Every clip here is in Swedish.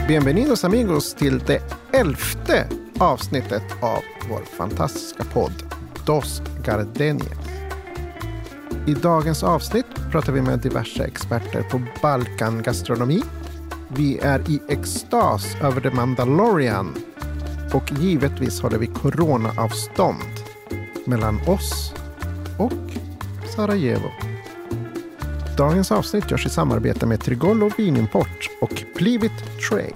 Bienvenidos amigos till det 11:e avsnittet av vår fantastiska podd Dos Gardenias. I dagens avsnitt pratar vi med diverse experter på Balkangastronomi. Vi är i extas över The Mandalorian och givetvis håller vi coronaavstånd mellan oss och Sarajevo. Dagens avsnitt görs i samarbete med Trigollo Vinimport och Plivit Trade.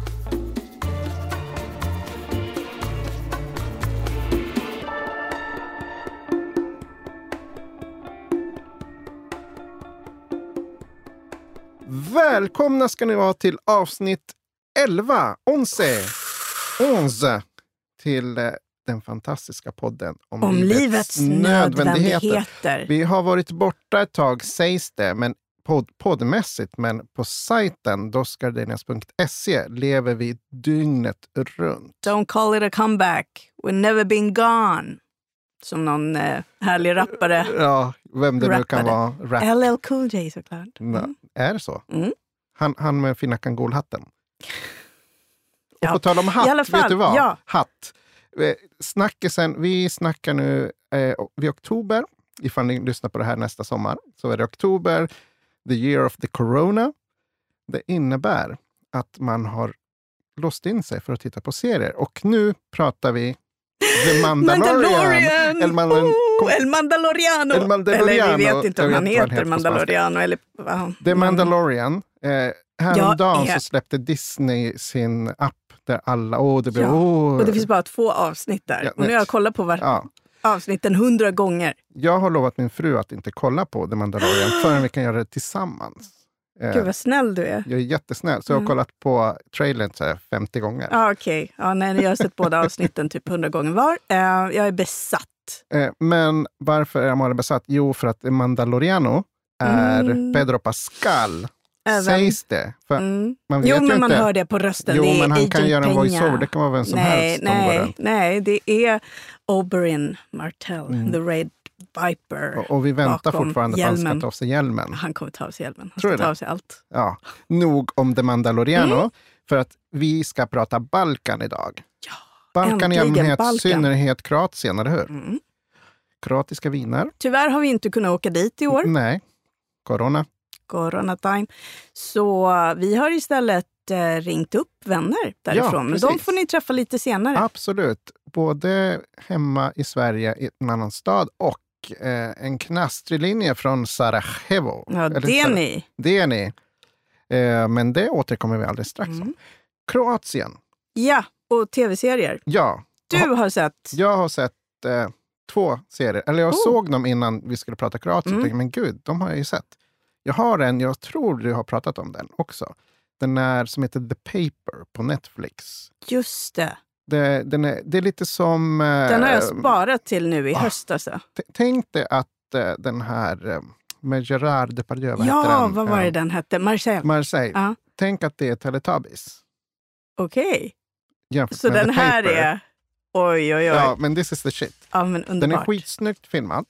Välkomna ska ni vara till avsnitt 11, 11, till den fantastiska podden om livets nödvändigheter. Vi har varit borta ett tag, sägs det, men poddmässigt, men på sajten dosgardenias.se lever vi dygnet runt. Don't call it a comeback. We've never been gone. Som någon härlig rappare. Ja, vem det nu kan vara. LL Cool J såklart. Mm. Är det så? Mm. Han med fina kangolhatten. Ja. Och på tal om hatt, I alla fall, vet du vad? Ja. Hatt. Vi snackar nu vid oktober. Ifall ni lyssnar på det här nästa sommar så är det oktober, the year of the corona. Det innebär att man har låst in sig för att titta på serier. Och nu pratar vi The Mandalorian. El Mandaloriano. Eller vi vet inte om han heter Mandaloriano. Eller, The Mandalorian. Häromdagen så släppte Disney sin app där alla... Och det finns bara 2 avsnitt där. Ja, och nu har jag kollat på avsnitten 100 gånger. Jag har lovat min fru att inte kolla på The Mandalorian förrän vi kan göra det tillsammans. Gud vad snäll du är. Jag är jättesnäll. Så jag har kollat på trailern så 50 gånger. Okej. Ja, jag har sett båda avsnitten typ 100 gånger var. Jag är besatt. Men varför är man besatt? Jo, för att Mandaloriano är Pedro Pascal. Sägs det. För man vet men man hör det på rösten. Jo, det är men han Agent kan göra en Peña. voice-over. Det kan vara vem som helst. Nej, det är Oberyn Martell, The Red Viper. Och vi väntar fortfarande på att han ska ta av sig hjälmen. Han kommer ta av sig hjälmen. Han ska ta av sig allt. Ja, nog om The Mandaloriano. För att vi ska prata Balkan idag. Ja, Balkan i allmänhet, synnerhet Kroatien, eller hur? Kroatiska viner. Tyvärr har vi inte kunnat åka dit i år. Nej, corona time. Så vi har istället ringt upp vänner därifrån. Men de får ni träffa lite senare. Absolut. Både hemma i Sverige i en annan stad och en knastrig linje från Sarajevo. Ja, det är ni. Men det återkommer vi alldeles strax om. Kroatien. Ja, och tv-serier. Ja. Du har sett? Jag har sett 2 serier. Eller jag såg dem innan vi skulle prata Kroatien. Men gud, de har jag ju sett. Jag har en, jag tror du har pratat om den också. Den är som heter The Paper på Netflix. Just det. Det är lite som... Den har jag sparat till nu i höst alltså. Tänk dig att den här med Gerard Depardieu, vad heter den? Vad var det den hette? Marseille. Tänk att det är Teletubbies. Okej. Så den här Paper. Är... Oj. Ja, men this is the shit. Ja, men underbart. Den är skitsnyggt filmad.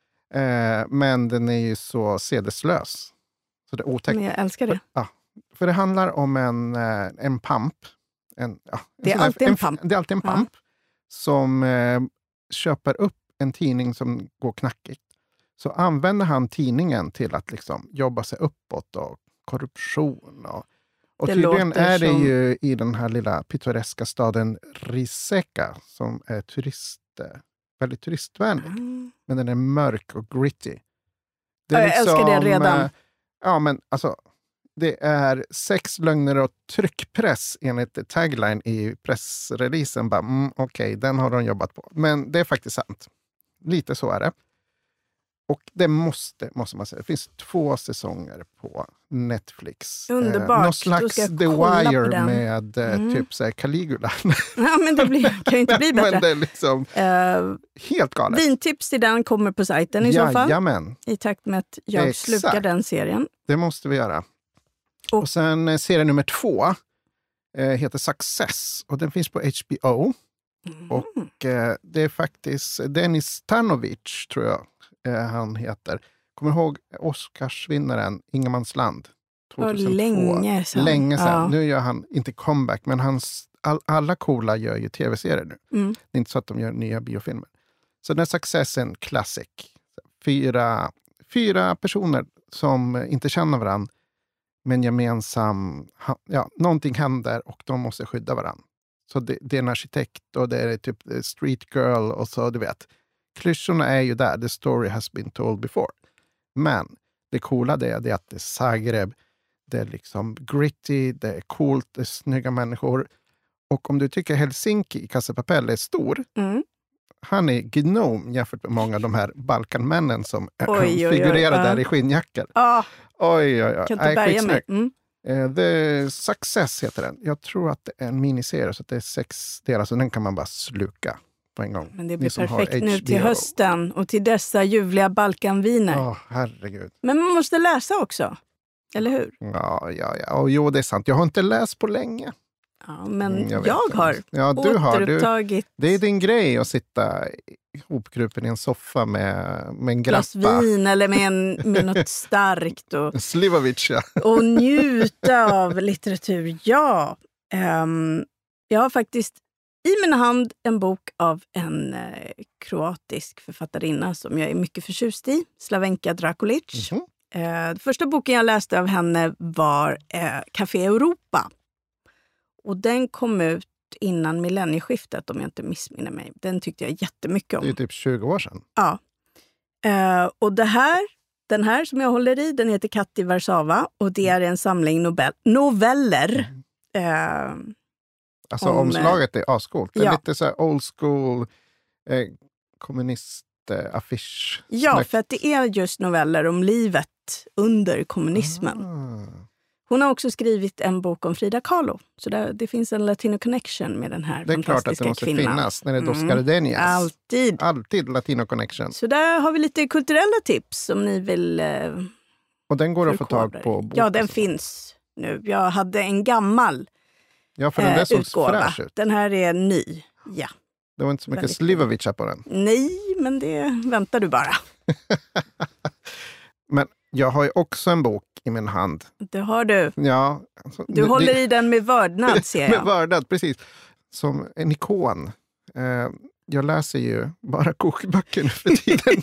Men den är ju så sedeslös. Så det är otäckt. Men jag älskar det. Ja, för det handlar om en pamp. Det är alltid en pamp. Det är alltid en pamp som köper upp en tidning som går knackigt. Så använder han tidningen till att liksom jobba sig uppåt och korruption. Och tydligen är det ju i den här lilla pittoreska staden Rijeka som är väldigt turistvänlig. Men den är mörk och gritty. Det är jag älskar det redan. Ja, men alltså det är 6 lögner och tryckpress enligt tagline i pressreleasen. Okej, den har de jobbat på. Men det är faktiskt sant. Lite så är det. Och det måste man säga. Det finns 2 säsonger på Netflix. Underbart. Någon slags The Wire med typ så här Caligula. Ja, men det kan ju inte bli bättre. Men det är liksom helt galet. Vintips till den kommer på sajten i så fall. Jajamän. I takt med att jag slukar den serien. Det måste vi göra. Och sen serie nummer 2 heter Success. Och den finns på HBO. Och det är faktiskt Denis Tanovic, tror jag han heter. Kommer ihåg Oscarsvinnaren Ingermansland? 2002. Länge sedan. Ja. Nu gör han inte comeback, men alla coola gör ju tv-serier nu. Det är inte så att de gör nya biofilmer. Så den Succession Classic. 4 personer som inte känner varandra, men någonting händer och de måste skydda varandra. Så det är en arkitekt och det är typ street girl och så, du vet. Klyschorna är ju där. The story has been told before. Men det coola är att det är Zagreb. Det är liksom gritty, det är coolt, det är snygga människor. Och om du tycker Helsinki i Casa Papel är stor, han är gnome jämfört med många av de här Balkanmännen som figurerar där i skinnjackor. Oj. Kan inte bärga mig. The Success heter den. Jag tror att det är en miniserie, så att det är 6 delar, så den kan man bara sluka på en gång. Men det blir perfekt nu till hösten och till dessa ljuvliga Balkanviner. Herregud. Men man måste läsa också, eller hur? Ja. Jo, det är sant. Jag har inte läst på länge. Ja, men jag har du återupptagit. Det är din grej att sitta ihopgruppen i en soffa med en grappa. Glas vin eller med något starkt. Och Slivovica. Och njuta av litteratur. Ja, jag har faktiskt i min hand en bok av en kroatisk författarinna som jag är mycket förtjust i. Slavenka Drakulic. Första boken jag läste av henne var Café Europa. Och den kom ut innan millennieskiftet, om jag inte missminner mig. Den tyckte jag jättemycket om. Det är typ 20 år sedan. Ja. Och den här som jag håller i, den heter Katt i Warszawa. Och det är en samling noveller. Alltså omslaget är ascoolt. Det är lite så här old school kommunistaffisch. Ja, för att det är just noveller om livet under kommunismen. Hon har också skrivit en bok om Frida Kahlo. Så det finns en Latino connection med den här fantastiska kvinnan. Det är klart att det måste finnas när det är Dos Gardenias. Alltid Latino connection. Så där har vi lite kulturella tips om ni vill och den går att få tag på boken. Ja, den finns nu. Jag hade en gammal för den där såg fräsch ut. Den här är ny, ja. Det var inte så mycket Slivovica på den. Nej, men det väntar du bara. Men jag har ju också en bok i min hand. Det har du. Ja. Alltså, du håller i den med vördnad, ser jag. Med vördnad, precis. Som en ikon. Jag läser ju bara kokböcker nu för tiden.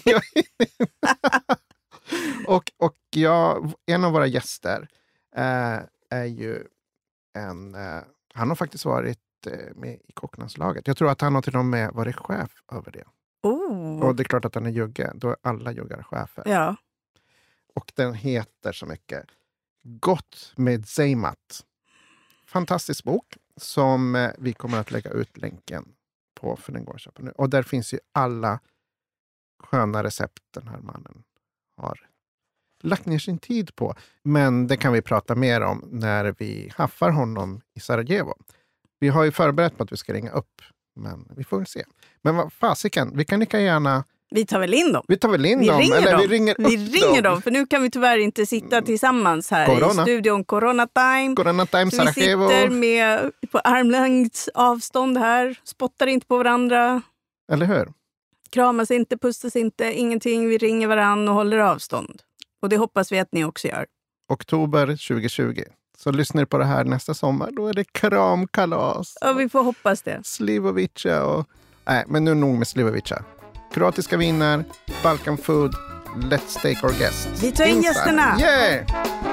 och en av våra gäster är ju han har faktiskt varit med i Kocklandslaget. Jag tror att han har till och med varit chef över det. Och det är klart att han är jugge. Då är alla juggar chefer. Ja. Och den heter så mycket Gott med Zeimat. Fantastisk bok som vi kommer att lägga ut länken på, för den går att köpa nu. Och där finns ju alla sköna recept den här mannen har lagt ner sin tid på. Men det kan vi prata mer om när vi haffar honom i Sarajevo. Vi har ju förberett på att vi ska ringa upp, men vi får väl se. Men vad fasiken, vi kan lika gärna... Vi tar väl in dem. Vi ringer dem, för nu kan vi tyvärr inte sitta tillsammans här i studion. Corona time, Sarajevo. Vi sitter med på armlängds avstånd här, spottar inte på varandra. Eller hur? Kramas inte, pustas inte, ingenting. Vi ringer varandra och håller avstånd. Och det hoppas vi att ni också gör. Oktober 2020. Så lyssnar på det här nästa sommar, då är det kramkalas. Ja, vi får hoppas det. Slivovica och... Nej, men nu nog med Slivovica. Kroatiska viner, Balkan food, let's take our guests. Vi tar in gästerna. Yeah!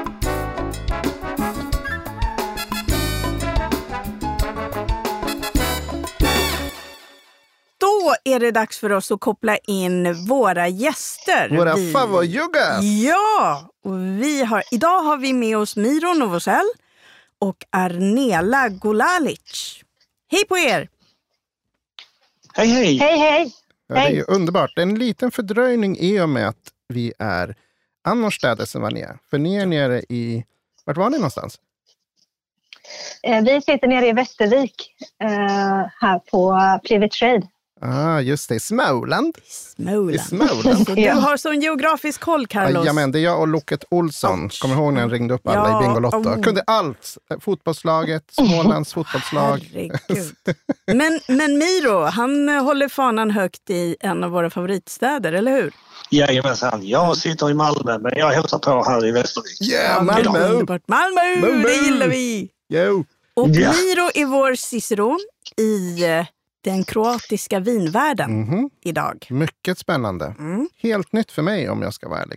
Då är det dags för oss att koppla in våra gäster. Våra favoritjuggas. Ja, och idag har vi med oss Miro Novosel och Arnela Gulalic. Hej på er! Hej, hej! Hej, hej! Ja, det är ju underbart. En liten fördröjning i och med att vi är annorstädes än vad ni är. För ni är nere i... Vart var ni någonstans? Vi sitter nere i Västervik här på Private Trade. Just det. Småland. Småland. Så du har sån geografisk koll, Carlos. Ja, men det är jag och Loket Olsson. Kommer ihåg när jag ringde upp alla i Bingolotto? Kunde allt. Fotbollslaget, Smålands fotbollslag. Herregud. Men Miro, han håller fanan högt i en av våra favoritstäder, eller hur? Jajamensan, jag sitter i Malmö, men jag hälsar på här i Västervik. Malmö, det gillar vi! Jo. Och Miro är vår ciceron i den kroatiska vinvärlden idag. Mycket spännande. Helt nytt för mig om jag ska vara ärlig.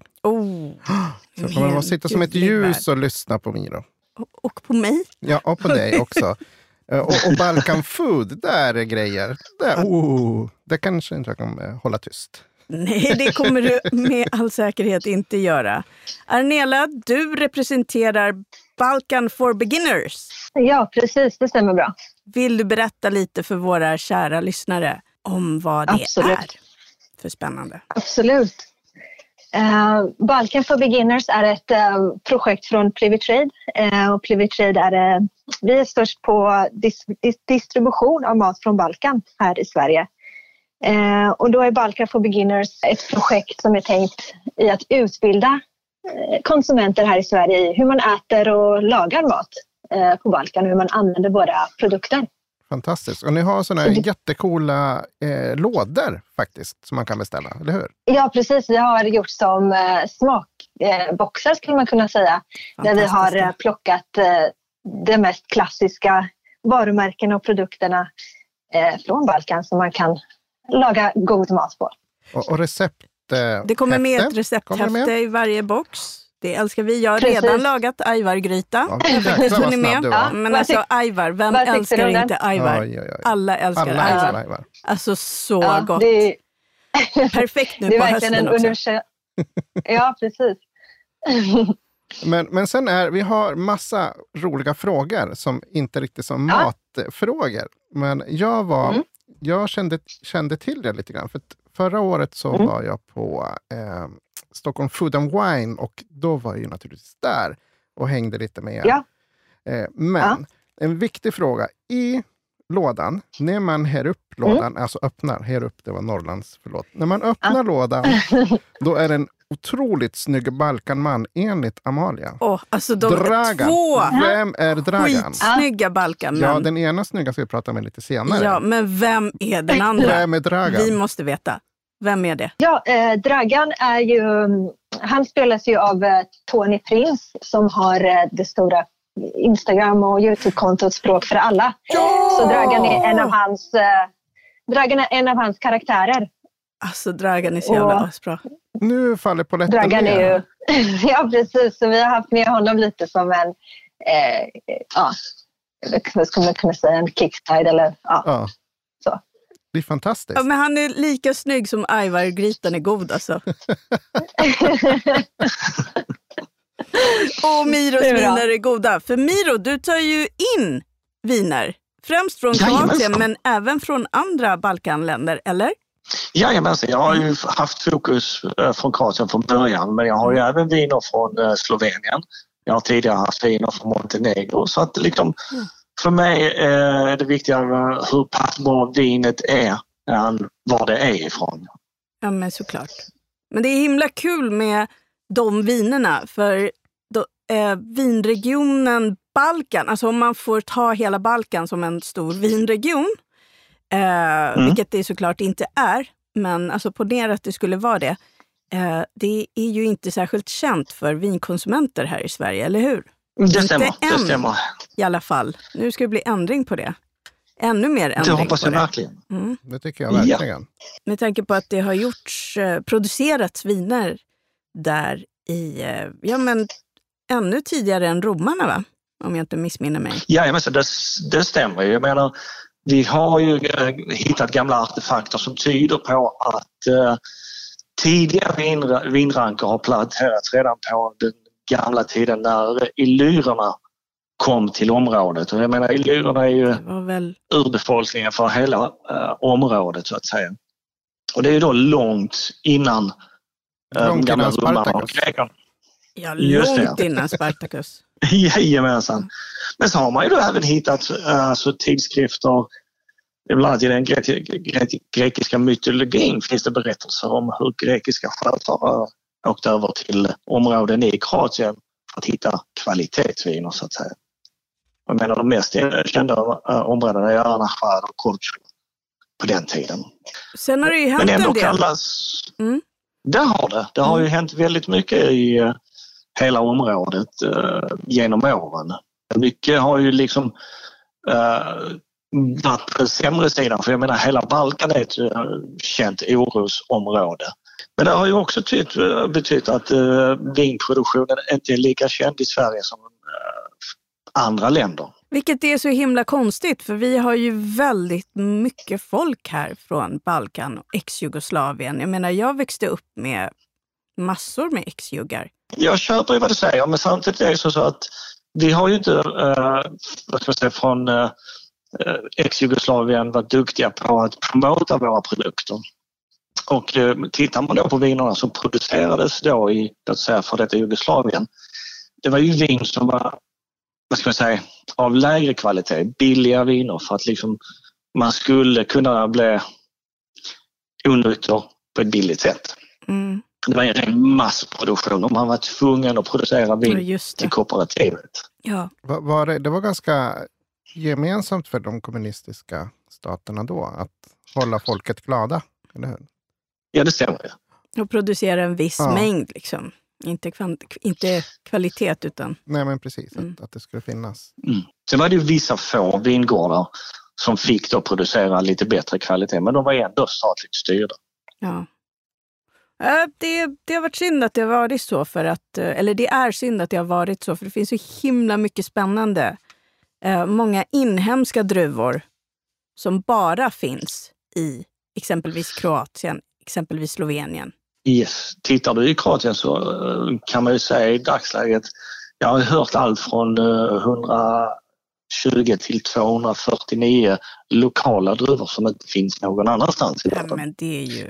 Så kommer man sitta som ett ljus och lyssna på Miro. Och på mig. Ja, och på dig också. och Balkan Food, där är grejer. Det kanske inte jag kan hålla tyst. Nej, det kommer du med all säkerhet inte göra. Arnela, du representerar Balkan for Beginners. Ja, precis. Det stämmer bra. Vill du berätta lite för våra kära lyssnare om vad det är för spännande? Absolut. Balkan for Beginners är ett projekt från Plivitrade. Och Plivitrade vi är störst på distribution av mat från Balkan här i Sverige. Och då är Balkan for Beginners ett projekt som är tänkt i att utbilda konsumenter här i Sverige i hur man äter och lagar mat på Balkan och hur man använder våra produkter. Fantastiskt. Och ni har sådana här jättecoola lådor faktiskt som man kan beställa, eller hur? Ja, precis. Vi har gjort som smakboxar skulle man kunna säga. Där vi har plockat de mest klassiska varumärkena och produkterna från Balkan som man kan laga god mat på. Och recept? Det kommer med ett recepthäfte i varje box. Det älskar vi. Jag har redan lagat ajvargryta. Men alltså ajvar, vem älskar inte ajvar? Alla älskar ajvar. Alltså så gott. Perfekt nu på hösten också. Ja, precis. Men sen vi har massa roliga frågor som inte riktigt som matfrågor. Men jag kände till det lite grann. För förra året så var jag på Stockholm Food and Wine och då var jag ju naturligtvis där och hängde lite med er. Ja. Men en viktig fråga. I lådan, när man här upp lådan, alltså öppnar, här upp, det var Norrlands, förlåt. När man öppnar lådan, då är det en otroligt snygg Balkanman enligt Amalia. Alltså de Dragan. Två. Vem är Dragan? Skitsnygga Balkanmän. Ja, den ena snygga ska vi prata med lite senare. Ja, men vem är den andra? Vem är Dragan? Vi måste veta. Vem är det? Ja, Dragan är ju, han spelas ju av Tony Prince som har det stora Instagram och YouTube-kontot Språk för alla. Ja! Så Dragan är en av hans karaktärer. Alltså Dragan är så jävla asbra. Nu faller på lätten. Dragan är ju, ja precis, så vi har haft med honom lite som en, vad skulle man kunna säga, en kickside eller så. Det är fantastiskt. Ja, men han är lika snygg som ajvargrytan är god alltså. Och Miros viner är goda. För Miro, du tar ju in viner. Främst från Kroatien men även från andra Balkanländer, eller? Jajamensan, jag har ju haft fokus från Kroatien från början. Men jag har ju även viner från Slovenien. Jag har tidigare haft viner från Montenegro. Så att liksom... För mig är det viktigare hur pass bra vinet är än var det är ifrån. Ja, men såklart. Men det är himla kul med de vinerna. För vinregionen Balkan, alltså om man får ta hela Balkan som en stor vinregion, vilket det såklart inte är, men alltså ponera att det skulle vara det. Det är ju inte särskilt känt för vinkonsumenter här i Sverige, eller hur? Det stämmer. I alla fall. Nu ska det bli ändring på det. Ännu mer ändring. Det hoppas jag verkligen. Det tycker jag verkligen. Ja. Med tanke på att det har producerats viner där i, ännu tidigare än romarna, va? Om jag inte missminner mig. Ja, men det stämmer. Jag menar, vi har ju hittat gamla artefakter som tyder på att tidiga vinranker har planterats redan på den gamla tiden när illyrerna kom till området. Och jag menar, illyrerna är ju urbefolkningen för hela området så att säga. Och det är ju då långt innan gamla romarna och grekerna. Ja, långt innan Spartacus. Jajamensan. Men så har man ju då även hittat tidskrifter bland annat i den grekiska mytologin finns det berättelser om hur grekiska sjöfarare åkte över till områden i Kroatien för att hitta kvalitetsviner så att säga. Jag menar de mest kända områdena är Arnachvar och Korčula på den tiden. Sen har det ju hänt men ändå en del. Kallas, det har ju hänt väldigt mycket i hela området genom åren. Mycket har ju liksom varit på sämre sidan, för jag menar hela Balkan är ett känt orosområde. Men det har ju också betytt att vinproduktionen inte är lika känd i Sverige som andra länder. Vilket är så himla konstigt, för vi har ju väldigt mycket folk här från Balkan och ex-Jugoslavien. Jag menar, jag växte upp med massor med ex-juggar. Jag köper ju vad du säger, men samtidigt är det så att vi har ju inte från ex-Jugoslavien varit duktiga på att promota våra produkter. Och tittar man då på vinerna som producerades då i, låt säga, för detta Jugoslavien, det var ju vin som var, vad ska man säga, av lägre kvalitet, billiga viner för att liksom man skulle kunna bli onykter på ett billigt sätt. Mm. Det var en ren massproduktion och man var tvungen att producera vin till kooperativet. Ja. Det var ganska gemensamt för de kommunistiska staterna då att hålla folket glada, eller hur? Ja, det stämmer ju. Och producera en viss mängd liksom. Inte kvalitet utan... Nej, men precis. Att det skulle finnas. Mm. Sen var det ju vissa få vingårdar som fick då producera lite bättre kvalitet, men de var ändå statligt styrda. Ja. Det har varit synd att det har varit så eller det är synd att det har varit så, för det finns så himla mycket spännande. Många inhemska druvor som bara finns i exempelvis Kroatien, exempelvis Slovenien. Yes. Tittar du i Kroatien så kan man ju säga i dagsläget, jag har hört allt från 120 till 249 lokala druvor som inte finns någon annanstans i världen. Ja, men det är ju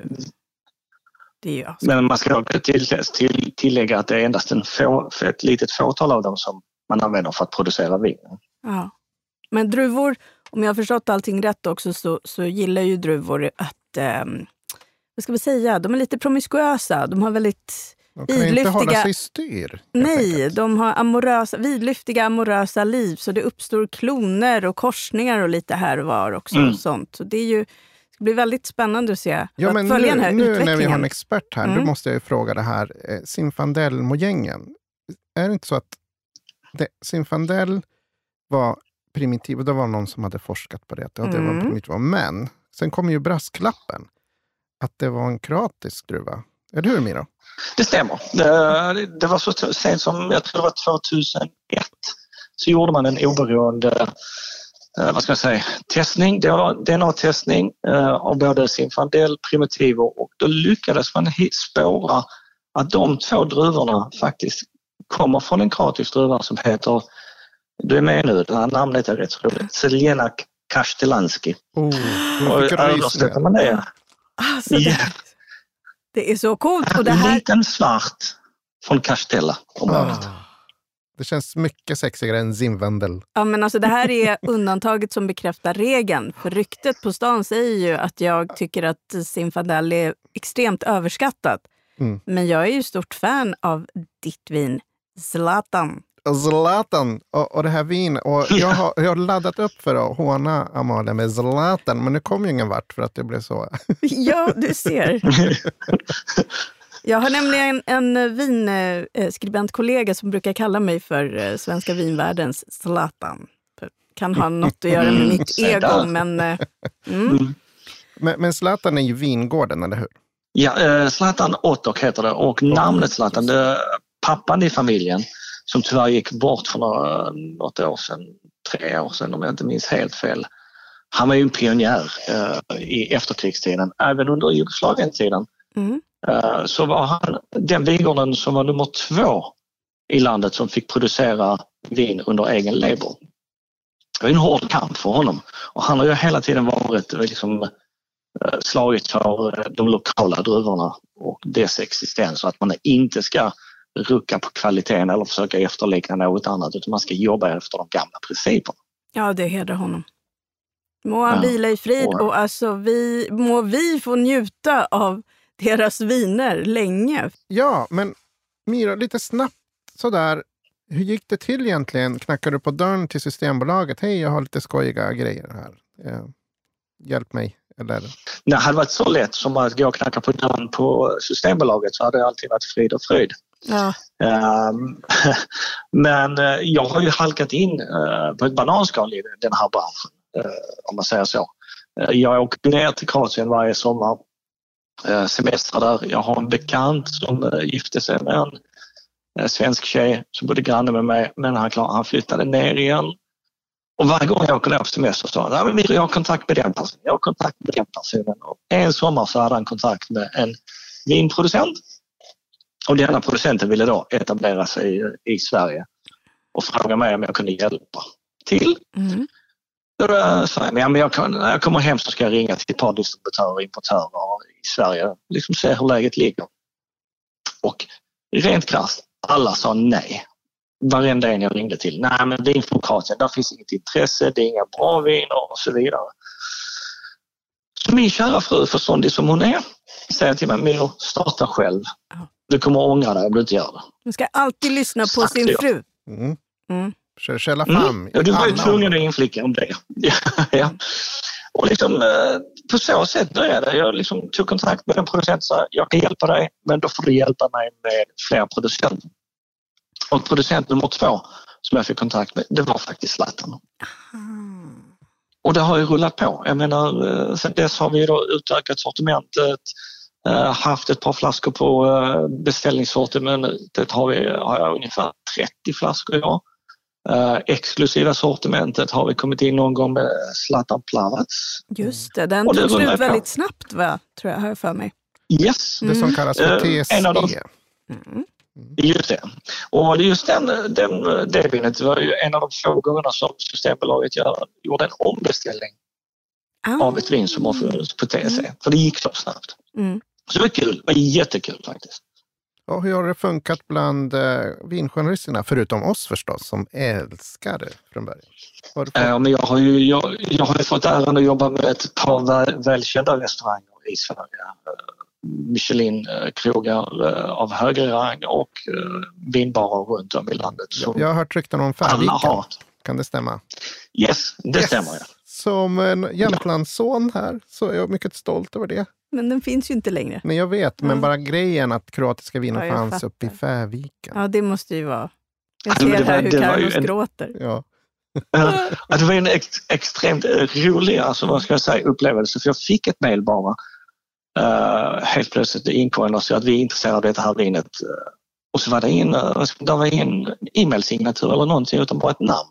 alltså. Men man ska tillägga att det är endast ett litet fåtal av dem som man använder för att producera vin. Ja. Men druvor, om jag har förstått allting rätt också, så gillar ju druvor att vad ska man säga, de är lite promiskuösa. De har väldigt vidlyftiga... De kan inte hålla sig styr. Nej, de har vidlyftiga amorösa liv, så det uppstår kloner och korsningar och lite här och var också och sånt. Så det är ju... Det blir väldigt spännande att se. Ja, men följa den här nu utvecklingen. När vi har en expert här, då måste jag ju fråga det här. Zinfandel-mojängen. Är det inte så att Zinfandel var primitiv, och det var någon som hade forskat på det. Ja, det var primitiv. Men sen kom ju brasklappen att det var en kroatisk druva. Är det hur, Miro? Det stämmer. Det var så sent som, jag tror det var 2001, så gjorde man en oberoende testning, DNA-testning av både Zinfandel, primitiver, och då lyckades man spåra att de två druvorna faktiskt kommer från en kroatisk druva som heter, du är med nu, det här namnet är rätt roligt, Selena Kaštelanski. Och översätter man det. Alltså, det är så coolt. Och det här... En liten svart från Kaštela-området. Det känns mycket sexigare än Zinfandel. Ja, men alltså det här är undantaget som bekräftar regeln. För ryktet på stan säger ju att jag tycker att Zinfandel är extremt överskattat. Men jag är ju stort fan av ditt vin, Zlatan. Zlatan, och det här vin. Och jag har laddat upp för att håna Amalia med Zlatan, men det kom ju ingen vart för att det blev så. Ja, du ser. Jag har nämligen en vinskribentkollega som brukar kalla mig för svenska vinvärldens Zlatan. Kan ha något att göra med mitt ego, men... Men Zlatan är ju vingården, eller hur? Ja, Zlatan Otok heter det, och namnet Zlatan, det är pappan i familjen som tyvärr gick bort för något år sedan, 3 år sedan om jag inte minns helt fel. Han var ju en pionjär i efterkrigstiden, även under Jugoslavien-tiden. Så var han den vingården som var nummer 2 i landet som fick producera vin under egen label. Det var en hård kamp för honom, och han har ju hela tiden varit liksom slagit för de lokala druvorna och dess existens, och att man inte ska rucka på kvaliteten eller försöka efterlikna något annat, utan man ska jobba efter de gamla principerna. Ja, det hedrar honom. Må han vila i frid och alltså må vi få njuta av deras viner länge. Ja, men Miro, lite snabbt sådär. Hur gick det till egentligen? Knackade du på dörren till Systembolaget? Hej, jag har lite skojiga grejer här. Hjälp mig. Eller? Nej, det hade varit så lätt som att gå och knacka på dörren på Systembolaget så hade det alltid varit frid och fröjd. Ja. Men jag har ju halkat in på ett bananskal i den här branschen, om man säger så. Jag åker ner till Kroatien varje sommar, semestrar där. Jag har en bekant som gifte sig med en svensk tjej som bodde granne med mig, men han flyttade ner igen. Och varje gång jag åker ner på semester så sa han, jag har kontakt med den personen, jag har kontakt med den personen. Och en sommar så hade han kontakt med en vinproducent. Och denna producenten ville då etablera sig i Sverige och fråga mig om jag kunde hjälpa till. Mm. Då sa jag, men när jag kommer hem så ska jag ringa till ett par distributörer och importörer i Sverige. Liksom se hur läget ligger. Och rent krasst, alla sa nej. Varenda en jag ringde till. Nej, men vin från Kroatien, där finns inget intresse, det är inga bra viner och så vidare. Så min kära fru, förståndig som hon är, säger till mig, Miro, starta själv. Du kommer att ångra dig om du inte gör det. Man ska alltid lyssna på sin fru. Källa fram. Ja, du var ju tvungen att inflicka om det. Ja. Och liksom, på så sätt började jag liksom tog kontakt med en producent och sa, jag kan hjälpa dig, men då får du hjälpa mig med fler producenter. Och producent nummer 2 som jag fick kontakt med, det var faktiskt Zlatan. Och det har ju rullat på. Jag menar, sen dess har vi då utökat sortimentet, haft ett par flaskor på beställningssortimentet har jag ungefär 30 flaskor idag. Exklusiva sortimentet har vi kommit in någon gång med Zlatan Plavac. Just det, den tog slut väldigt snabbt, va? Tror jag, hör för mig. Yes. Det som kallas för TSE. Just det. Och just det vinet var ju en av de få gångerna som Systembolaget gjorde en ombeställning av ett vin som har funnits på TSE. För det gick så snabbt. Så det var kul. Det var jättekul faktiskt. Och hur har det funkat bland vinjournalisterna, förutom oss förstås, som älskar det från början? Men jag har ju fått äran att jobba med ett par välkända restauranger i Sverige. Michelin-krogar av högre rang och vinbarer runt om i landet. Jag har hört rykten om Färviken. Kan det stämma? Yes, det stämmer. Ja. Som en Jämtlandsson här så är jag mycket stolt över det. Men den finns ju inte längre. Nej, jag vet. Men bara grejen att kroatiska viner fanns uppe i Färviken. Ja, det måste ju vara. Jag ser här hur Carlos gråter. Ja. Det var en extremt rolig upplevelse. För jag fick ett mejl bara. Helt plötsligt inkom och så att vi är intresserade av det här vinet. Och så var det ingen e-mailsignatur eller någonting utan bara ett namn.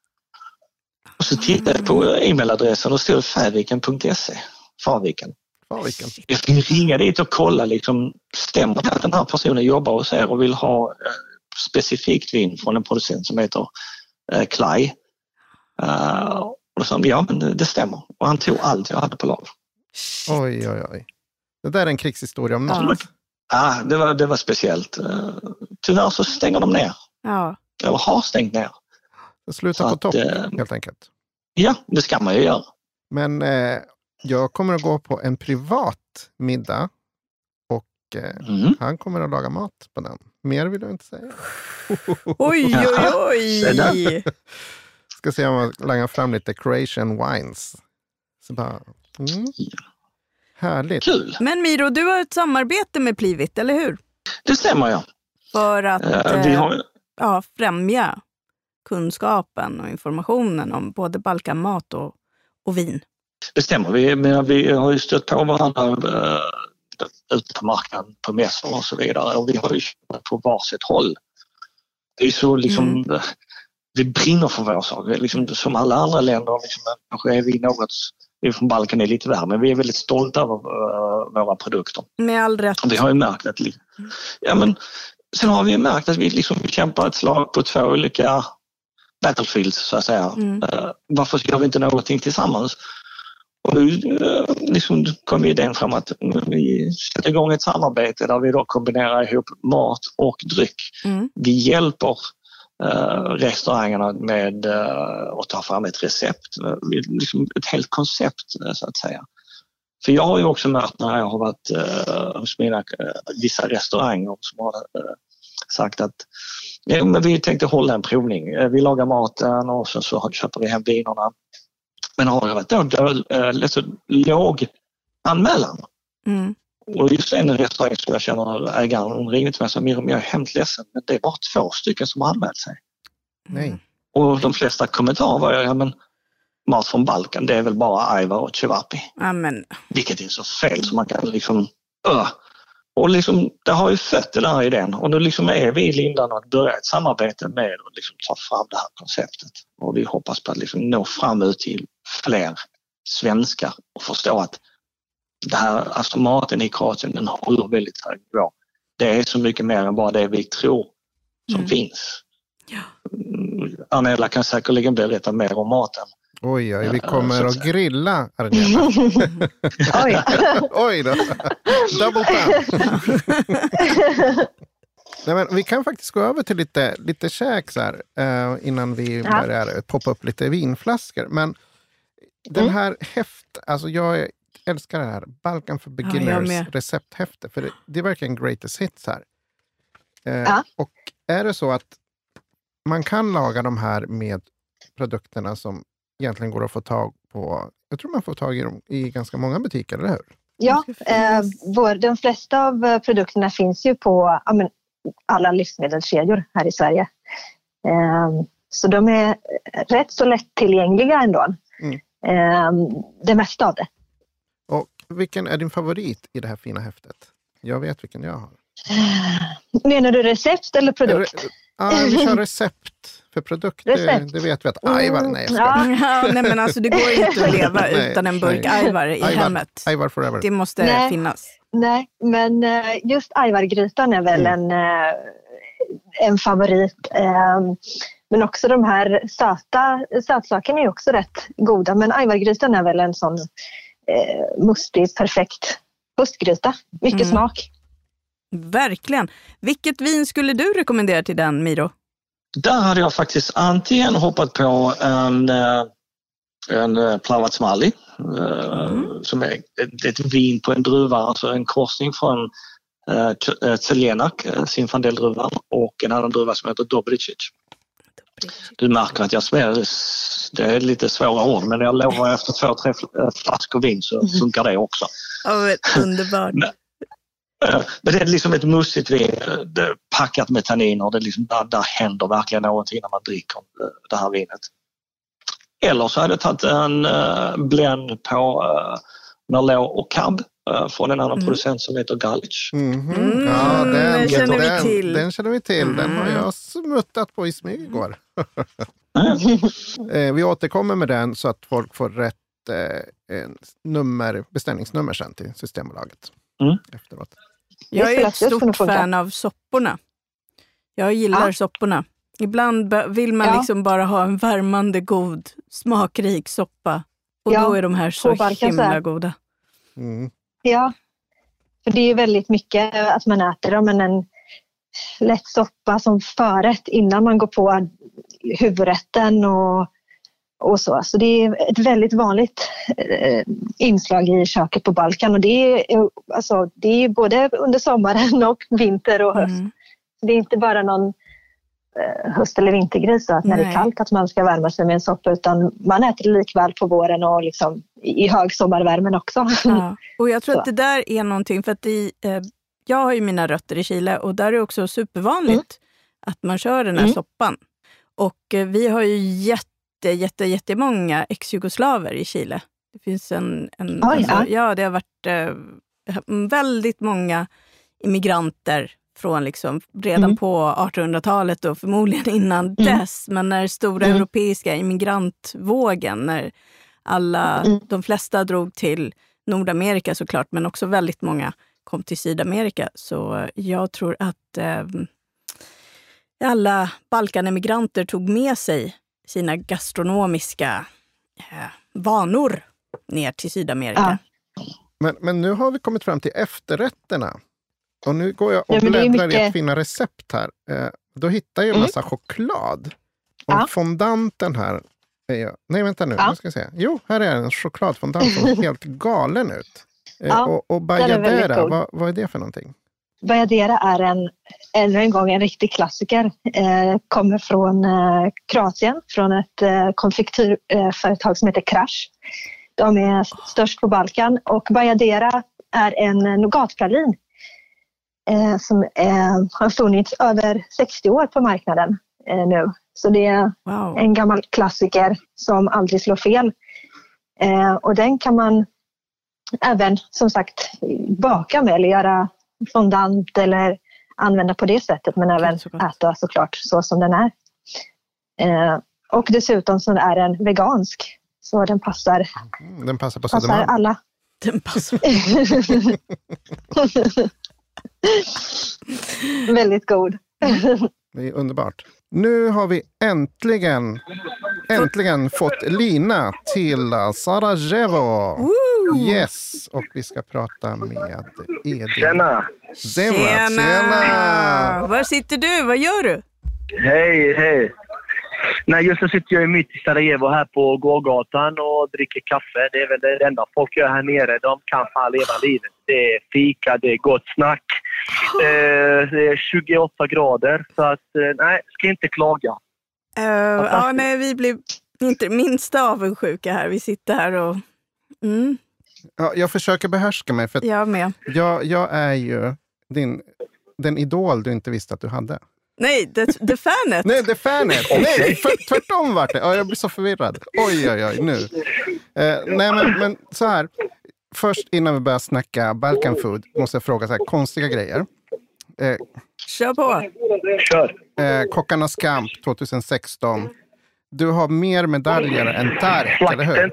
Och så tittade jag på e-mailadressen och stod färviken.se. Farviken. Jag fick ringa dit och kolla liksom, stämmer det att den här personen jobbar hos er och vill ha specifikt vin från en producent som heter Klaj. Och då sa han, ja men det stämmer. Och han tog allt jag hade på lager. Oj. Det där är en krigshistoria om något. Ja, det var speciellt. Tyvärr så stänger de ner. Ja. Eller har stängt ner. Det slutar på topp, helt enkelt. Ja, det ska man ju göra. Men jag kommer att gå på en privat middag och han kommer att laga mat på den. Mer vill jag inte säga. Oj. Ska se om jag lägger fram lite Croatian wines. Så bara, härligt. Kul. Men Miro, du har ett samarbete med Plivit, eller hur? Det stämmer, ja. För att främja kunskapen och informationen om både balkanmat och vin. Det stämmer. Vi har ju stött på varandra ute på marknaden, på mässor och så vidare. Och vi har ju på varsitt håll. Det är så liksom... Vi brinner för vår sak. Liksom, som alla andra länder liksom, kanske är vi från Balkan är lite värre, men vi är väldigt stolta över våra produkter. Med all rätt. Och vi har ju märkt att sen har vi märkt att vi liksom kämpar ett slag på 2 olika battlefields så att säga. Varför gör vi inte någonting tillsammans? Och nu liksom kom idén fram att vi sätter igång ett samarbete där vi då kombinerar ihop mat och dryck. Vi hjälper restaurangerna med att ta fram ett recept. Liksom ett helt koncept så att säga. För jag har ju också mött när jag har varit hos vissa restauranger som har sagt att men vi tänkte hålla en provning. Vi lagar maten och sen så köper vi hem vinerna. Men har jag varit då låg anmälan. Mm. Och just en restaurang som jag känner ägaren ringde till mig och sa Miriam, jag är hemskt ledsen, men det är bara 2 stycken som har anmält sig. Nej. Och de flesta kommentarer var men mat från Balkan, det är väl bara ajvar och cevapi. Amen. Vilket är så fel som man kan liksom och liksom, det har ju fött den här idén och nu liksom är vi i Lindan att börja ett samarbete med att liksom ta fram det här konceptet. Och vi hoppas på att liksom nå fram ut till fler svenskar och förstå att det här, alltså maten i Kroatien, den håller väldigt hög nivå. Det är så mycket mer än bara det vi tror som finns. Ja. Arnella kan säkerligen berätta mer om maten. Oj, vi kommer att grilla, Arnella. Oj. Oj då. Double time. Nej, men vi kan faktiskt gå över till lite käk så här, innan vi börjar poppa upp lite vinflaskor. Men den här alltså jag älskar det här Balkan for Beginners recepthäfte. För det är verkligen greatest hits här. Och är det så att man kan laga de här med produkterna som egentligen går att få tag på, jag tror man får tag i dem i ganska många butiker, eller hur? Ja, de flesta av produkterna finns ju på alla livsmedelskedjor här i Sverige. Så de är rätt så lättillgängliga ändå. Det mesta av det. Och vilken är din favorit i det här fina häftet? Jag vet vilken jag har. Menar du recept eller produkt? Vi kör recept för produkt. Det vet vi att ajvar, nej. Nej men alltså det går inte att leva utan en burk ajvar i hemmet. Ajvar forever. Det måste finnas. Nej, men just ajvargrytan är väl en favorit. Men också de här sötsakerna är också rätt goda. Men ajvargrytan är väl en sån mustig, perfekt höstgryta. Mycket smak. Verkligen. Vilket vin skulle du rekommendera till den, Miro? Där hade jag faktiskt antingen hoppat på en Plavatsmali som är ett vin på en druva, alltså en korsning från Zelenak, Zinfandel-druvan, och en annan druva som heter Dobricic. Du märker att jag svär, det är lite svåra ord, men jag lovar efter 2-3 flaskor vin så funkar det också. Underbart. Men det är liksom ett mussigt vin, det är packat med tanniner, det är liksom, där händer verkligen någonting när man dricker det här vinet. Eller så hade jag tagit en blend på Merlot och Cab från en annan producent som heter Galic. Ja, den känner vi till. Den har jag smuttat på i smyg igår. Vi återkommer med den så att folk får rätt beställningsnummer sen till Systembolaget efteråt. Jag är ett stort fan av sopporna. Jag gillar sopporna. Ibland vill man liksom bara ha en värmande, god, smakrik soppa. Och då är de här så himla goda. Ja, för det är väldigt mycket att man äter dem, men en lätt soppa som förrätt innan man går på huvudrätten och så. Så det är ett väldigt vanligt inslag i köket på Balkan, och det är både under sommaren och vinter och höst. Så det är inte bara någon höst- eller vintergrej så att när det är kallt att man ska värma sig med en soppa, utan man äter det likväl på våren och liksom i hög sommarvärmen också. Ja. Och jag tror att det där är någonting, för att jag har ju mina rötter i Chile och där är det också supervanligt att man kör den här soppan. Och vi har ju jättemånga ex-jugoslaver i Chile. Det finns det har varit väldigt många immigranter från liksom redan på 1800-talet och förmodligen innan dess, men när stora europeiska immigrantvågen, när de flesta drog till Nordamerika såklart, men också väldigt många kom till Sydamerika, så jag tror att alla Balkanemigranter tog med sig sina gastronomiska vanor ner till Sydamerika. Men nu har vi kommit fram till efterrätterna. Och nu går jag och bläddrar i ett fina recept här. Då hittar jag en massa choklad. Och fondanten här är... Nej, vänta nu. Nu ska jag se. Jo, här är en chokladfondant som är helt galen ut. Och Bajadera, vad är det för någonting? Bajadera är ännu en gång en riktig klassiker. Kommer från Kroatien, från ett konfektyrföretag som heter Krasch. De är störst på Balkan och Bajadera är en nougatpralin som har funnits över 60 år på marknaden nu. Så det är en gammal klassiker som aldrig slår fel. Och den kan man även som sagt baka med eller göra fondant eller använda på det sättet, men även äta såklart så som den är. Och dessutom så är den vegansk, så den passar. Den passar på Södermalm. Alla. Den passar. Väldigt god. Det är underbart. Nu har vi äntligen fått Lina till Sarajevo. Yes, och vi ska prata med Edin. Tjena! Var sitter du? Vad gör du? Hej! Nej, just nu sitter jag mitt i Sarajevo här på gågatan och dricker kaffe. Det är väl det enda folk gör här nere. De kan fan leva livet. Det är fika, det är gott snack. Det är 28 grader. Så att, nej, ska inte klaga. Nej, vi blir inte minsta avundsjuka här. Vi sitter här och... Ja, jag försöker behärska mig. För jag med. Jag är ju den idol du inte visste att du hade. Nej, The Fanet. Nej, The Fanet. Nej, tvärtom vart det. Ja, jag blir så förvirrad. Oj, nu. Nej, men så här. Först innan vi börjar snacka Balkan Food måste jag fråga så här konstiga grejer. Kör på. Kör. Kockarnas kamp 2016. Du har mer medaljer än Tarek, eller hur?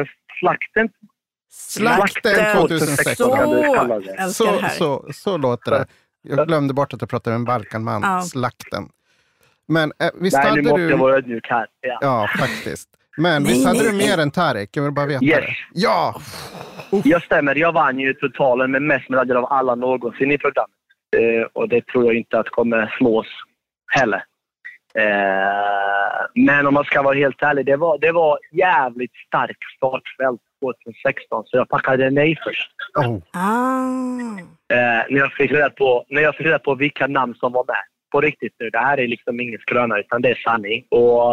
Slakten 2016. Så låter det. Jag glömde bort att jag pratade med en Balkanman. Ja. Slakten. Men visst hade du... Nej, nu måste jag vara ödmjuk här. Ja, faktiskt. Men visst hade du mer än Tarek? Jag vill bara veta det. Ja! Jag stämmer. Jag vann ju totalen med mest medaljer av alla någonsin i programmet. Och det tror jag inte att kommer slås heller. Men om man ska vara helt ärlig, det var jävligt starkt startfält 2016, så jag packade nej först. När jag fick reda på vilka namn som var med. På riktigt nu, det här är liksom ingen skröna utan det är sanning. Och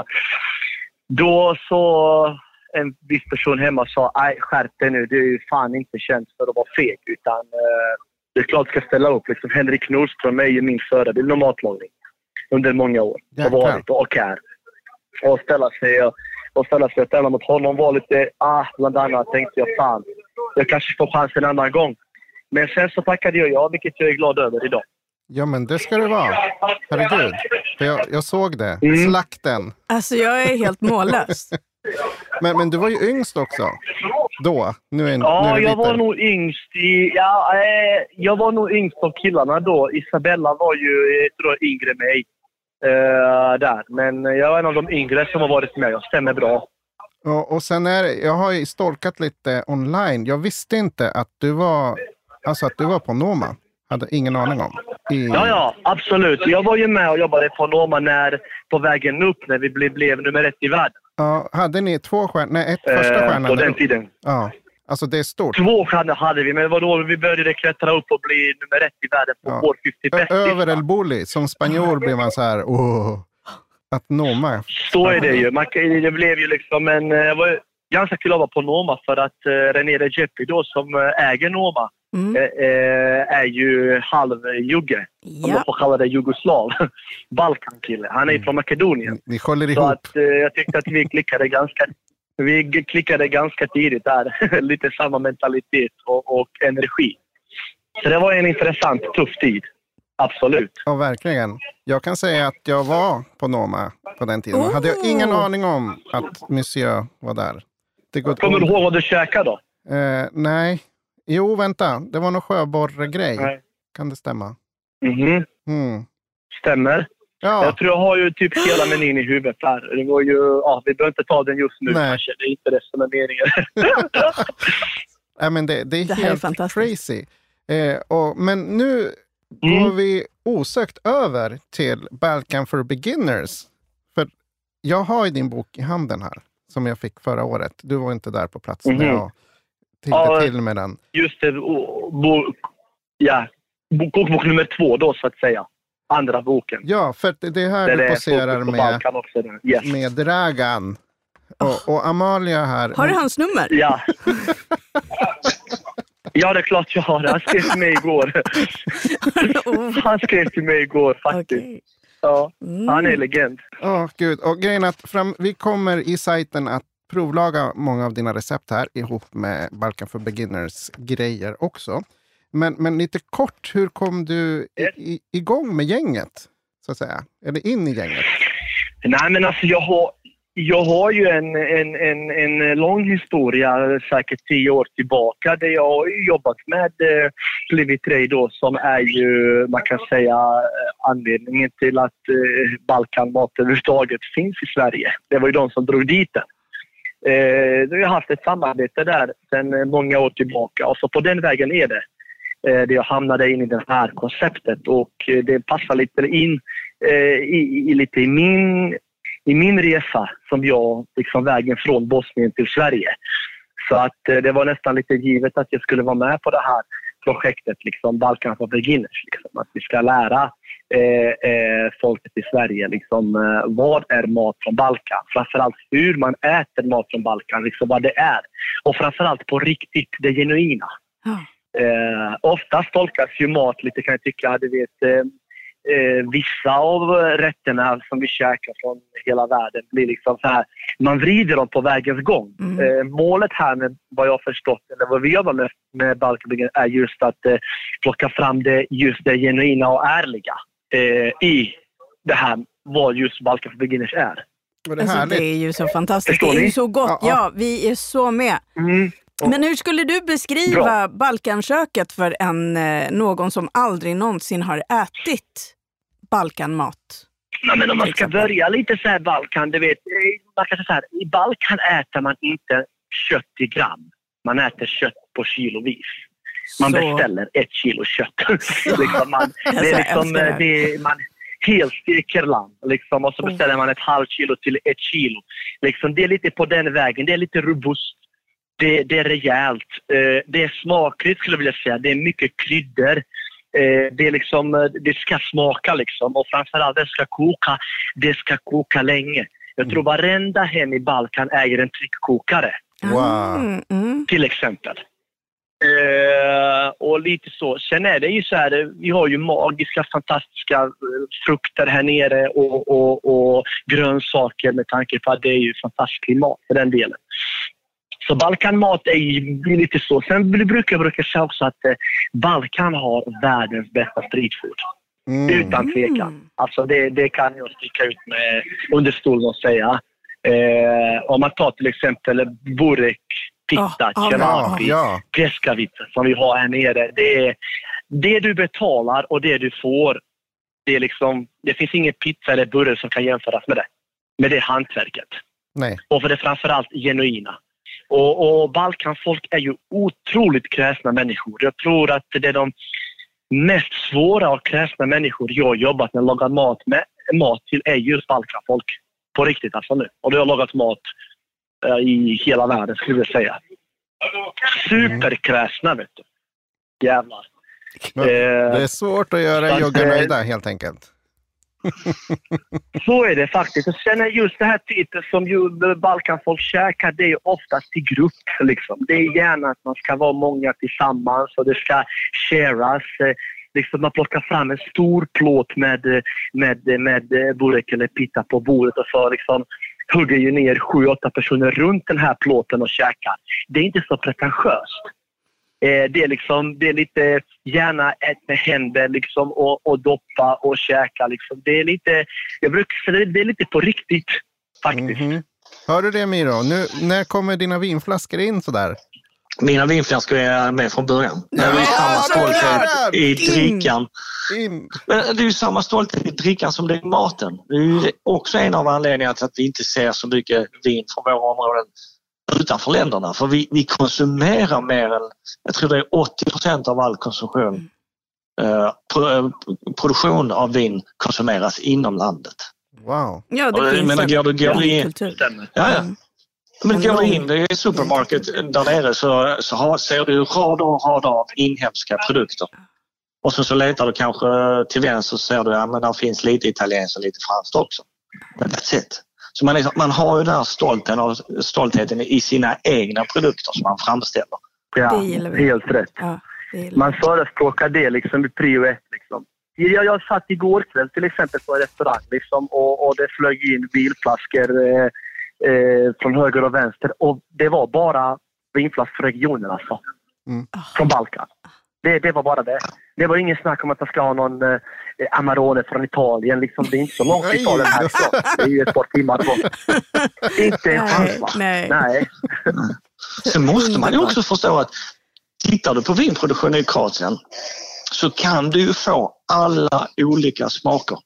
då så en viss person hemma sa, skärp dig nu, du är ju fan inte känd för att vara feg, utan det är klart ska ställa upp. Liksom, Henrik Nordström är ju min förebild om matlagning under många år. Har varit och är. Och ställa sig och ställa mot honom var lite, bland annat tänkte jag, fan, jag kanske får chansen en annan gång. Men sen så tackade jag, vilket jag är glad över idag. Ja, men det ska det vara. Herregud. Jag såg det. Slakten. Alltså, jag är helt mållös. Men du var ju yngst också. Då. Jag var nog yngst jag var nog yngst av killarna då. Isabella var ju, tror jag, yngre med mig. Där. Men jag är en av de yngre som har varit med. Jag stämmer bra. Och sen jag har ju stalkat lite online. Jag visste inte att du var på Noma. Hade ingen aning om. Ja, absolut. Jag var ju med och jobbade på Noma på vägen upp när vi blev nummer 1 i världen. Ja, hade ni 2 stjärnor? Nej, första stjärnan. På den tiden. Ja, alltså det är stort. 2 stjärnor hade vi, men vadå, vi började klättra upp och bli nummer 1 i världen på vår 50 bäst. Över El Bulli, som spanjor blir man så här, att Noma. Så är det ju. Det blev ju liksom det var ganska kul att vara på Noma för att René Redzepi då som äger Noma är ju halvjugge. Om man får kalla det jugoslav. Balkankille. Han är från Makedonien. Ni håller ihop. Så att jag tyckte att vi klickade ganska tidigt där. Lite samma mentalitet och energi. Så det var en intressant, tuff tid. Absolut. Ja, verkligen. Jag kan säga att jag var på Noma på den tiden. Hade jag ingen aning om att Monsieur var där. Kommer du ihåg vad du käkade då? Nej. Jo, vänta. Det var någon sjöborregrej. Kan det stämma? Stämmer. Ja. Jag tror jag har ju typ hela menyn i huvudet där. Det var ju, vi behöver inte ta den just nu kanske. Det är inte det som är meningen. Nej, men det är helt crazy. Men nu går vi osökt över till Balkan for Beginners. För jag har ju din bok i handen här, som jag fick förra året. Du var inte där på plats när jag tänkte till med den. Just det, kokbok nummer 2 då, så att säga. Andra boken. Ja, för det här du poserar med Dragan. Och Amalia här. Har du hans nummer? Ja. Ja, det är klart jag har det. Han skrev till mig igår. Han skrev till mig igår faktiskt. Okay. Ja, han är legend. Gud. Och grejen att vi kommer i sajten att provlaga många av dina recept här ihop med Balkan for Beginners grejer också. Men lite kort, hur kom du igång med gänget, så att säga? Eller in i gänget? Nej, men alltså jag har ju en lång historia, säkert 10 år tillbaka, där jag har jobbat med Plivitrade då, som är ju, man kan säga, anledningen till att Balkanmat överhuvudtaget finns i Sverige. Det var ju de som drog dit den. Vi har haft ett samarbete där sedan många år tillbaka, och så på den vägen är det. Där jag hamnade in i det här konceptet, och det passar lite in i min resa som jag, liksom vägen från Bosnien till Sverige. Så att det var nästan lite givet att jag skulle vara med på det här projektet, liksom Balkan for Beginners. Liksom, att vi ska lära folket i Sverige liksom, vad är mat från Balkan. Framförallt hur man äter mat från Balkan, liksom vad det är. Och framförallt på riktigt, det genuina. Oftast tolkas ju mat lite, kan jag tycka, vissa av rätterna som vi käkar från hela världen blir liksom så här, man vrider dem på vägens gång. Målet här, med vad jag har förstått, eller vad vi jobbar med Balkan, är just att plocka fram det genuina och ärliga i det här, vad just Balkan for Beginners är. Det är ju så fantastiskt. Det är ju så gott. Ja, vi är så med. Men hur skulle du beskriva Balkanköket för någon som aldrig någonsin har ätit Balkanmat? Nej, men om man ska börja lite så här Balkan, du vet, man kan säga så här, i Balkan äter man inte kött i gram. Man äter kött på kilovis. Man beställer 1 kilo kött. Liksom man helt steker lamm, liksom, och så beställer man 1/2 kilo till 1 kilo. Liksom, det är lite på den vägen, det är lite robust. Det är rejält. Det är smakligt, skulle jag vilja säga. Det är mycket kryddor. Det är liksom, det ska smaka liksom. Och framförallt det ska koka. Det ska koka länge. Jag tror varenda hem i Balkan äger en tryckkokare. Wow. Till exempel. Och lite så. Sen är det ju så här, vi har ju magiska, fantastiska frukter här nere och grönsaker, med tanke på att det är ju fantastisk klimat för den delen. Så Balkanmat är ju lite så. Sen brukar jag säga också att Balkan har världens bästa streetfood. Utan tvekan. Alltså det kan jag sticka ut med under stolen och säga. Om man tar till exempel burek, pita, kelapi, peskavica som vi har här nere. Det du betalar och det du får, det är liksom, det finns ingen pizza eller burek som kan jämföras med det. Med det hantverket. Nej. Och för det framförallt genuina. Och Balkanfolk är ju otroligt kräsna människor. Jag tror att det är de mest svåra och kräsna människor jag har jobbat med, lagat mat till, är just Balkanfolk. På riktigt alltså nu. Och det har lagat mat i hela världen, skulle jag säga. Superkräsna, vet du. Jävlar. Det är svårt att göra joggarnöjda, helt enkelt. Så är det faktiskt. Och sen är just det här typen som ju Balkanfolk käkar, det är oftast i grupp liksom. Det är gärna att man ska vara många tillsammans och det ska sharas. Liksom man plockar fram en stor plåt med burek eller pita på bordet, och så liksom hugger ju ner 7-8 personer runt den här plåten och käkar. Det är inte så pretentiöst. Det är lite gärna ett med händer liksom, och doppa och käka liksom. Det är lite, jag brukar säga, det är lite på riktigt faktiskt. Hör du det, Miro? Nu, när kommer dina vinflaskor in så där? Mina vinflaskor är med från början. Det är ju samma stolthet i drickan. Men det är ju samma stolthet i drickan som det är i maten. Det är ju också en av anledningarna till att vi inte ser så mycket vin från våra områden utanför länderna. För vi konsumerar mer än, jag tror det är 80% av all konsumtion produktion av vin konsumeras inom landet. Wow. Ja, det Och, finns menar, går du in, kultur. ja. Men går du in i supermarket där nere så ser du rader och rader av inhemska produkter. Och så letar du kanske till vänster så ser du att där finns lite italienskt och lite franskt också. Men that's it. Så man har ju den här stoltheten i sina egna produkter som man framställer. Ja, Det gillar vi. helt rätt. Ja, det gillar Man förespråkar det liksom i prio 1. Liksom. Jag satt igår kväll till exempel på en restaurang liksom, och det flög in bilflaskor från höger och vänster. Och det var bara vinflaskor från regionen alltså. Från Balkan. Det var bara det. Det var ingen snack om att man ska ha någon Amarone från Italien. Liksom, det är inte så långt i Italien här. Så. Det är ju ett par timmar på. Inte en chans. Nej. Sen måste man ju också förstå att tittar du på vinproduktion i Kroatien så kan du få alla olika smaker.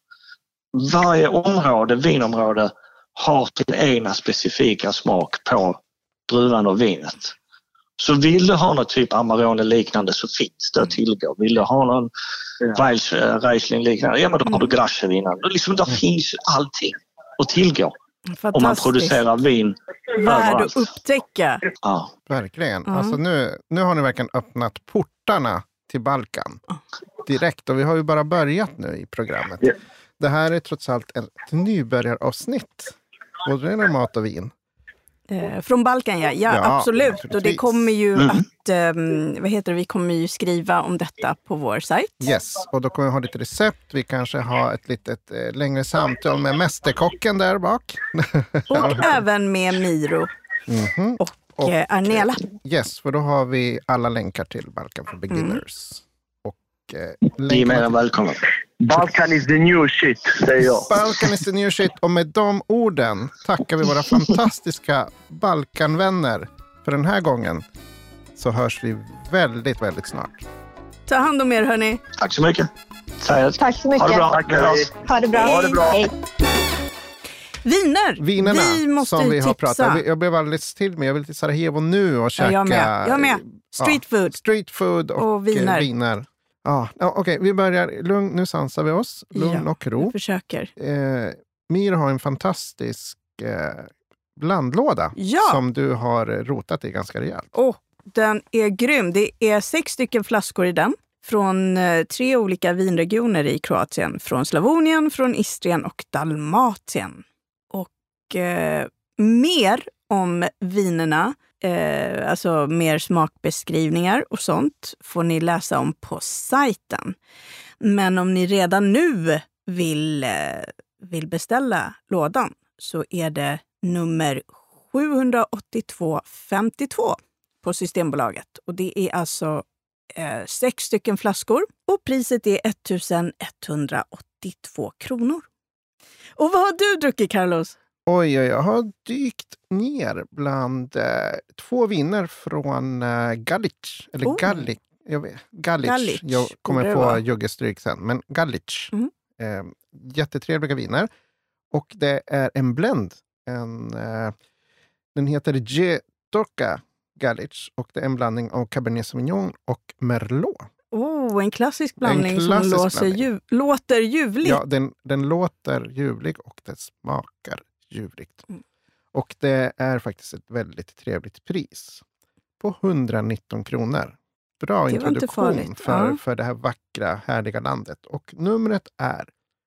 Varje vinområde har sin egna specifika smak på druvan och vinet. Så vill du ha något typ Amarone liknande så finns det att tillgå. Vill du ha någon Riesling liknande, ja men då har du Grasche-vinen. Liksom, där finns allting att tillgå. Om man producerar vin värd att upptäcka. Ja. Verkligen. Alltså nu har ni verkligen öppnat portarna till Balkan. Direkt. Och vi har ju bara börjat nu i programmet. Det här är trots allt ett nybörjaravsnitt. Både när det är mat och vin. Från Balkan, ja absolut. Och det kommer ju vi kommer ju skriva om detta på vår sajt. Yes, och då kommer vi ha lite recept. Vi kanske har ett litet längre samtal med mästerkocken där bak. Och även med Miro och Arnela. Yes, för då har vi alla länkar till Balkan for Beginners. Och Ni är mer än välkomna. Balkan is the new shit, säger jag. Balkan is the new shit. Och med de orden tackar vi våra fantastiska Balkanvänner för den här gången. Så hörs vi väldigt, väldigt snart. Ta hand om er, hörni. Tack så mycket. Tack så mycket. Ha det bra. Ha det bra. Ha det bra. Hej. Vinerna vi måste som vi har tipsa. pratat. Jag blev alldeles till med. Jag vill till Sarajevo nu och käka. Jag med. Street food och viner. Ja, okej, vi börjar. Lugn, nu sansar vi oss. Lugn och ro. Vi försöker. Mir har en fantastisk blandlåda som du har rotat i ganska rejält. Den är grym. Det är 6 stycken flaskor i den. Från 3 olika vinregioner i Kroatien. Från Slavonien, från Istrien och Dalmatien. Och mer om vinerna, alltså mer smakbeskrivningar och sånt, får ni läsa om på sajten. Men om ni redan nu vill beställa lådan så är det nummer 78252 på Systembolaget. Och det är alltså 6 stycken flaskor och priset är 1182 kronor. Och vad har du druckit, Carlos? Oj, jag har dykt ner bland 2 viner från Gallic. Eller Gallic. Gallic. Jag kommer få juggestryk sen. Men Gallic. Jättetrevliga viner. Och det är en blend. Den heter G-Torka Gallic. Och det är en blandning av Cabernet Sauvignon och Merlot. En klassisk blandning låter ljuvligt. Ja, den låter ljuvlig och det smakar ljuvligt. Och det är faktiskt ett väldigt trevligt pris. På 119 kronor. Bra introduktion för det här vackra, härliga landet. Och numret är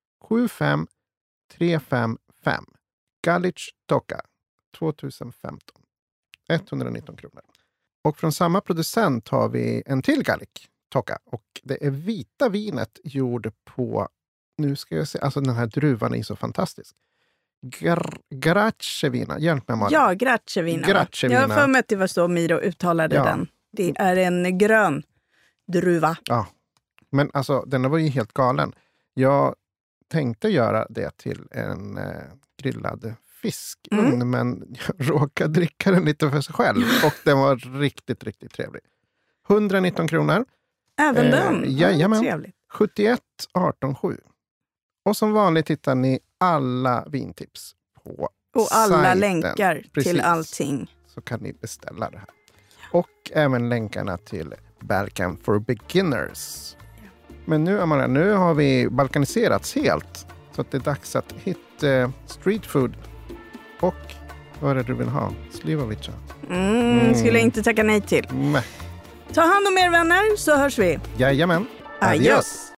75355. Gallic Toka 2015. 119 kronor. Och från samma producent har vi en till Gallic Toka. Och det är vita vinet gjord på, nu ska jag se, alltså den här druvan är så fantastisk. Gracevina, hjälp mig Malin. Ja, Gracevina. Jag har för mig att det var så Miro uttalade den. Det är en grön druva. Ja, men alltså den var ju helt galen. Jag tänkte göra det till en grillad fiskugn, men jag råkade dricka den lite för sig själv. Och den var riktigt, riktigt trevlig. 119 kronor. Även den? Jajamän. Trevligt. 71 18 7. Och som vanligt hittar ni alla vintips på och alla sajten. Länkar till allting. Så kan ni beställa det här. Och även länkarna till Balkan for Beginners. Men nu, Amalia, nu har vi balkaniserats helt. Så att det är dags att hitta street food. Och vad är det du vill ha? Slivovica. Skulle jag inte tacka nej till. Nej. Ta hand om er vänner så hörs vi. Jajamän. Adios.